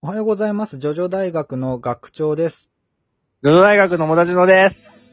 おはようございます。ジョジョ大学の学長です。 ジョジョ大学のもだちのです。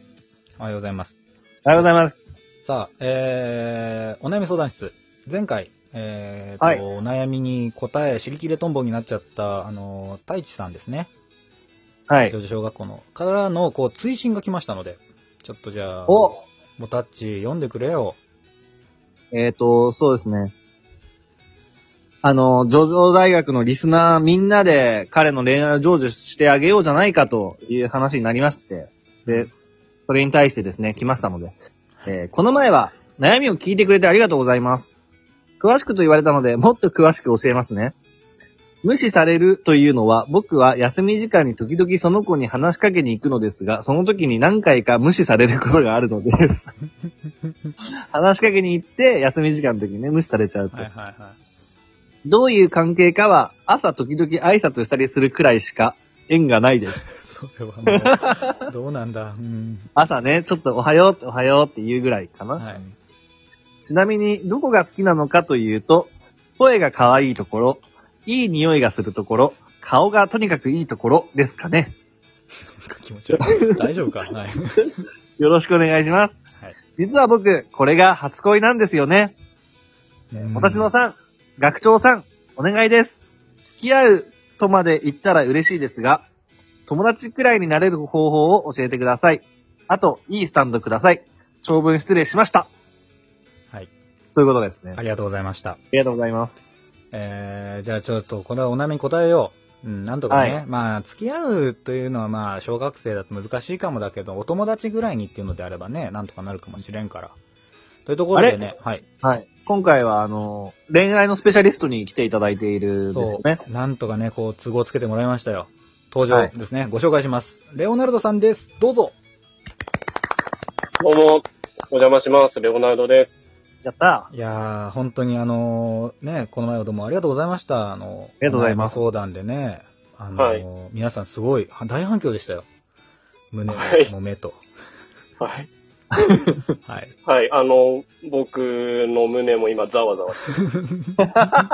おはようございます。 おはようございます。 さあ、お悩み相談室。前回、 はい、 お悩みに答え、尻切れトンボになっちゃった、太一さんですね。 はい。 ジョジョ小学校の、からの、追伸が来ましたので、ちょっとじゃあ、 お、 もたっち、読んでくれよ。 そうですね。ジョジョ大学のリスナーみんなで彼の恋愛を成就してあげようじゃないかという話になりまして、で、それに対してですね、来ましたので、この前は悩みを聞いてくれてありがとうございます。詳しくと言われたので、もっと詳しく教えますね。無視されるというのは、僕は休み時間に時々その子に話しかけに行くのですが、その時に何回か無視されることがあるのです。話しかけに行って、休み時間の時にね、無視されちゃうと。 はいはいはい。 どういう関係かは、朝時々挨拶したりするくらいしか縁がないです。 それはもう、どうなんだ。 朝ね、ちょっとおはようって言うぐらいかな。 はい。 ちなみに、どこが好きなのかというと、声が可愛いところ、いい匂いがするところ、顔がとにかくいいところですかね。 気持ち悪い。大丈夫かはい。 よろしくお願いします。 はい。 実は僕、これが初恋なんですよね。私のさん、学長さん、お願いです。付き合うとまで言ったら嬉しいですが、友達くらいになれる方法を教えてください。あと、いいスタンドください。長文失礼しました。 はい。 ということですね。 ありがとうございました。 ありがとうございます。 じゃあちょっと、これはお悩みに答えよう。なんとかね。 はいまあ、付き合うというのはまあ、小学生だと難しいかもだけど、お友達ぐらいにっていうのであればね、なんとかなるかもしれんから。というところでね、はい。 はい。今回は、恋愛のスペシャリストに来ていただいているんですよね。 なんとかね、都合つけてもらいましたよ。登場ですね。ご紹介します。レオナルドさんです。どうぞ。 どうも、お邪魔します。レオナルドです。 やったいやー、本当にね、この前はどうもありがとうございました。 ありがとうございます。 相談でね、 はい、 皆さんすごい大反響でしたよ。胸も目と。 はい。 はい。 はい、僕の胸も今ざわざわしてます。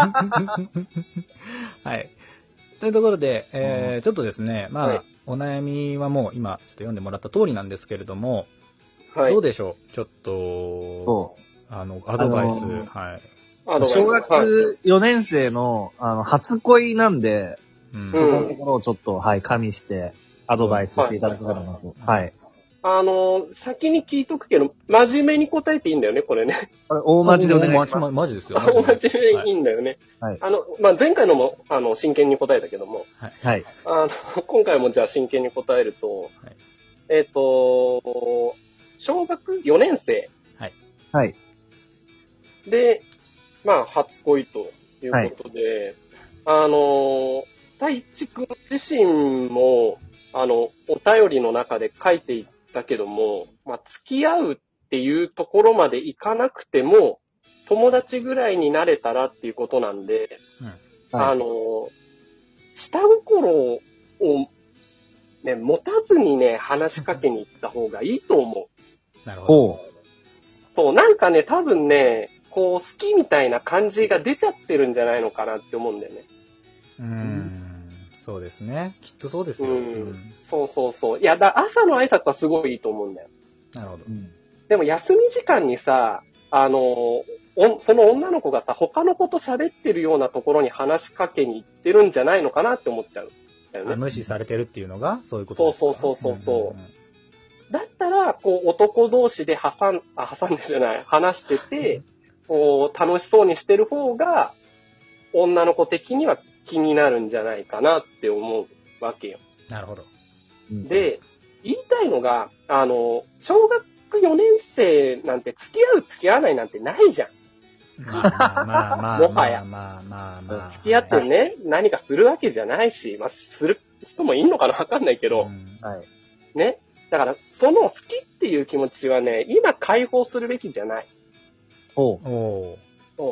はい。というところで、ちょっとですね、まあ、はい、お悩みはもう今、ちょっと読んでもらった通りなんですけれども、はい、どうでしょうちょっと、アドバイス、はい。 小学4年生の、初恋なんで、そこのところをちょっと、はい、加味して、アドバイスしていただけたらなと。はい。 先に聞いとくけど、真面目に答えていいんだよね、これね。 大真面目でお願いします。 マジですよ。 大真面目にいいんだよね。はい。まあ、前回のも、真剣に答えたけども。 はい。 今回もじゃあ真剣に答えると、はい、小学4年生。 はい。 はい。 で、まあ、初恋ということで、はい、太一くん自身も、お便りの中で書いていったけども、まあ、付き合うっていうところまでいかなくても、友達ぐらいになれたらっていうことなんで、はい、下心を、ね、持たずにね、話しかけに行った方がいいと思う。なるほど。 そう、なんかね、多分ね、好きみたいな感じが出ちゃってるんじゃないのかなって思うんだよね。 そうですね。きっとそうですよ。 そうそうそう。いや、朝の挨拶はすごいいいと思うんだよ。 なるほど。 でも休み時間にさ、その女の子がさ、他の子と喋ってるようなところに話しかけに行ってるんじゃないのかなって思っちゃう。 無視されてるっていうのがそういうことですか？ そう。だったら、男同士で挟んでじゃない、話してて、楽しそうにしてる方が、女の子的には気になるんじゃないかなって思うわけよ。 なるほど。 で、言いたいのが、小学4年生なんて付き合う付き合わないなんてないじゃん。 まあ、 もはや。付き合ってね、はい、何かするわけじゃないし、まあ、する人もいんのかなわかんないけど、 はい。 ね。だから、その好きっていう気持ちはね、今解放するべきじゃない。 そう。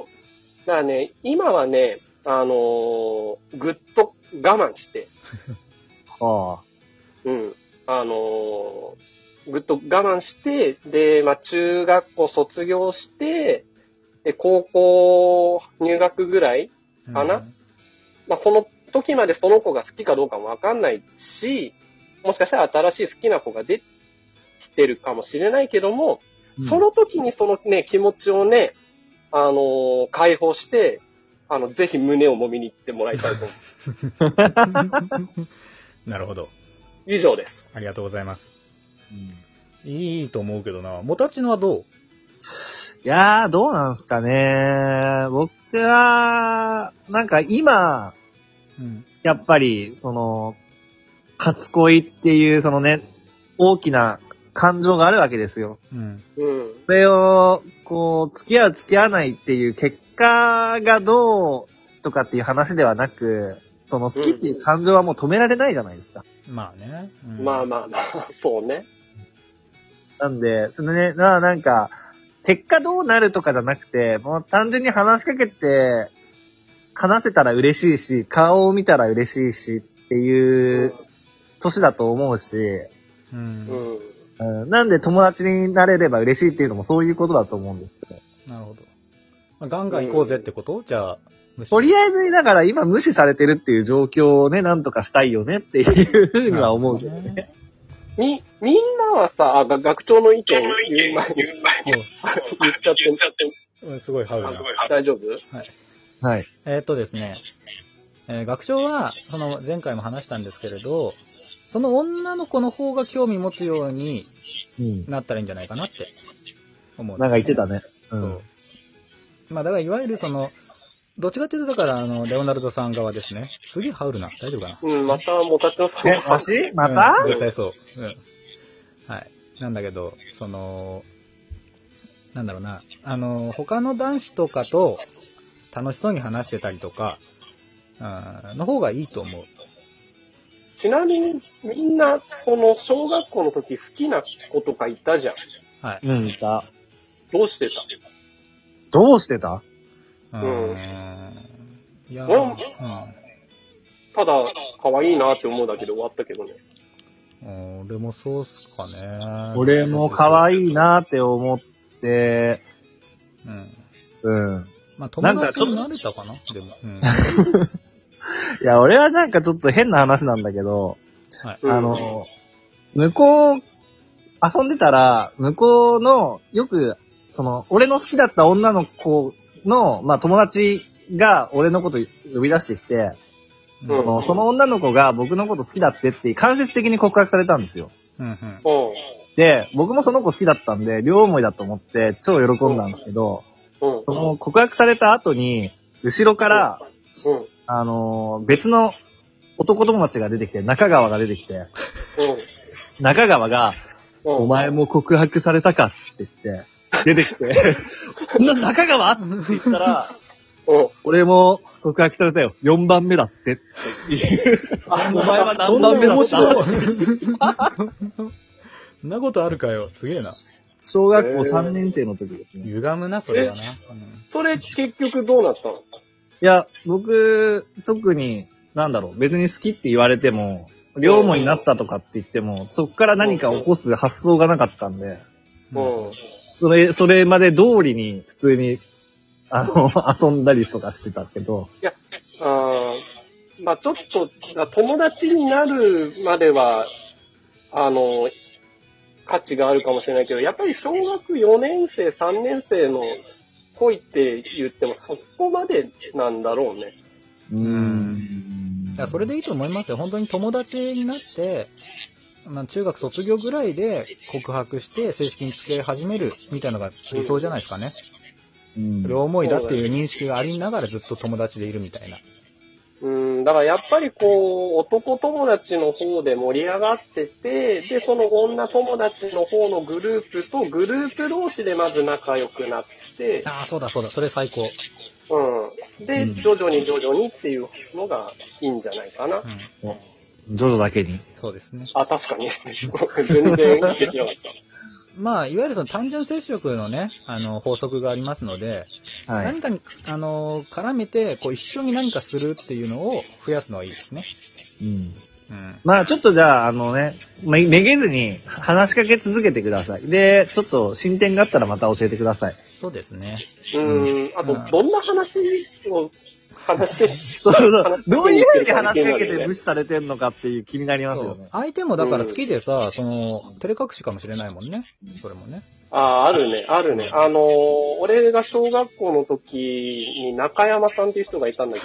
だからね、今はね、ぐっと我慢して。 はあ。 うん。ぐっと我慢して、で、まあ、中学校卒業して、で、高校入学ぐらいかな、まあ、その時までその子が好きかどうかもわかんないし、もしかしたら新しい好きな子ができてるかもしれないけども、その時にそのね、気持ちをね、解放して、ぜひ胸を揉みに行ってもらいたいと思う。なるほど。 以上です。 ありがとうございます。いいと思うけどな。もたちのはどう？ いやー、どうなんすかね。僕は、なんか今、やっぱり、初恋っていう、大きな感情があるわけですよ。それを、付き合う付き合わないっていう結果がどうとかっていう話ではなく、好きっていう感情はもう止められないじゃないですか。 まあね。 まあ、そうね。 なんで、なんか、結果どうなるとかじゃなくて、もう単純に話しかけて、話せたら嬉しいし、顔を見たら嬉しいしっていう年だと思うし、なんで友達になれれば嬉しいっていうのもそういうことだと思うんですけど。なるほど。まあ、ガンガン行こうぜってこと？じゃあ、 とりあえずだから今無視されてるっていう状況をね、なんとかしたいよねっていうふうには思うけどね。 みんなはさ、学長の意見言う前に言っちゃってすごいハウルな。 大丈夫？ はい。 ですね、学長は、前回も話したんですけれど、その女の子の方が興味持つようになったらいいんじゃないかなって思う、 なんか言ってたね。 そう。まあだからいわゆるどっちかっていうとだからレオナルドさん側ですね。すげえハウルな。大丈夫かな？ またもたちのさん。 足また？ 絶対そう。はい。なんだけど、なんだろうな。他の男子とかと楽しそうに話してたりとか、の方がいいと思う。 ちなみに、みんな、小学校の時好きな子とかいたじゃん。 はい。 いた。 どうしてた？ いや、 ただ、可愛いなって思うだけで終わったけどね。 俺もそうっすかね。 俺も可愛いなって思って、 まあ、友達になれたかなでも。 いや、俺はなんかちょっと変な話なんだけど、 はい、 向こう、遊んでたら、向こうの、よく、俺の好きだった女の子の、まあ、友達が俺のこと呼び出してきて、その女の子が僕のこと好きだって間接的に告白されたんですよ。で、僕もその子好きだったんで、両思いだと思って超喜んだんですけど、その告白された後に、後ろから、別の男友達が出てきて、中川が出てきて、中川が、お前も告白されたかって言って、出てきて、中川って言ったら、俺も告白されたよ。4番目だってっていう。お前は何番目だった？ そんなことあるかよ。すげえな。 小学校3年生の時ですね。 歪むな、それはな。 それ結局どうなったの？ いや、僕、特に、別に好きって言われても、両思いになったとかって言っても、そこから何か起こす発想がなかったんで、それまで通りに普通に、遊んだりとかしてたけど。 いや、まあちょっと、友達になるまでは、価値があるかもしれないけど、やっぱり小学4年生、3年生の恋って言ってもそこまでなんだろうね。 それでいいと思いますよ。本当に友達になって、まあ中学卒業ぐらいで告白して正式に付き合い始めるみたいなのが理想じゃないですかね。両思いだっていう認識がありながらずっと友達でいるみたいな。 だからやっぱり男友達の方で盛り上がってて、で、その女友達の方のグループとグループ同士でまず仲良くなって。 そうだ。それ最高。 で、徐々にっていうのがいいんじゃないかな。 徐々だけに。 そうですね。 確かに。全然できなかった。 まあ、いわゆる単純接触のね、法則がありますので、何かに、絡めて、一緒に何かするっていうのを増やすのはいいですね。 まあ、ちょっとじゃあ、めげずに話しかけ続けてください。で、ちょっと進展があったらまた教えてください。 そうですね。 あと、どんな話を話そうそう。どういう風に話しかけて無視されてんのかっていう気になりますよね。 相手もだから好きでさ、照れ隠しかもしれないもんね。それもね。 あるね。俺が小学校の時に中山さんっていう人がいたんだけ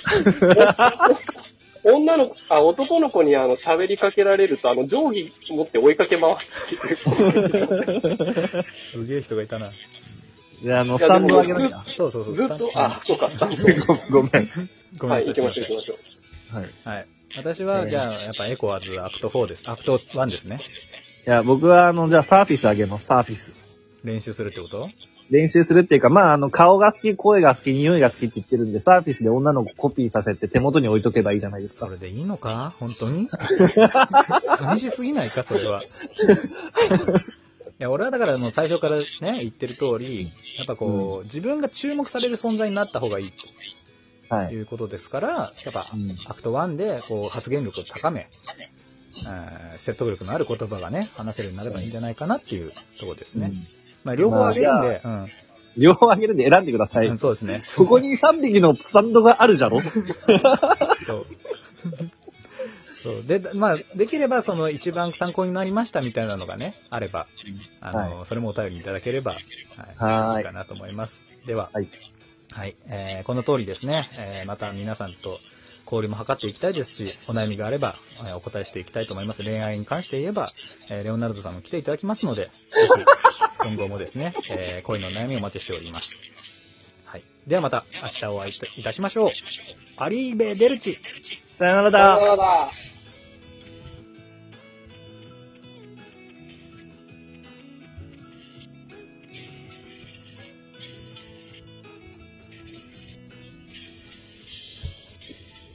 ど、男の子に喋りかけられると、定規持って追いかけ回すっていう。 すげえ人がいたな。 いや、スタンド上げなきゃ。 そう。 ずっと、そうか、スタンド。 ごめん。 はい、行きましょう。 はい。 はい。私は、じゃあ、やっぱエコワーズアクト4です。アクト1ですね。 いや、僕は、じゃあサーフィス上げの、サーフィス。 練習するってこと？ 練習するっていうか、まあ、顔が好き、声が好き、匂いが好きって言ってるんで、サーフィスで女の子コピーさせて手元に置いとけばいいじゃないですか。 それでいいのか？本当に？寂しすぎないか、それは。いや、俺はだから最初からね、言ってる通り、やっぱ自分が注目される存在になった方がいいということですから、やっぱ、アクト1で発言力を高め、説得力のある言葉がね、話せるようになればいいんじゃないかなっていうところですね。まあ、両方あげるんで、 両方あげるんで選んでください。 そうですね。 ここに3匹のスタンドがあるじゃろ？ そう。で、まあ、できれば一番参考になりましたみたいなのがね、あれば、それもお便りいただければ、いいかなと思います。では、はい。この通りですね、また皆さんと交流も図っていきたいですし、お悩みがあればお答えしていきたいと思います。恋愛に関して言えば、レオナルドさんも来ていただきますので、ぜひ、今後もですね、恋の悩みをお待ちしております。はい。ではまた明日お会いいたしましょう。アリーベデルチ。 さよならだ。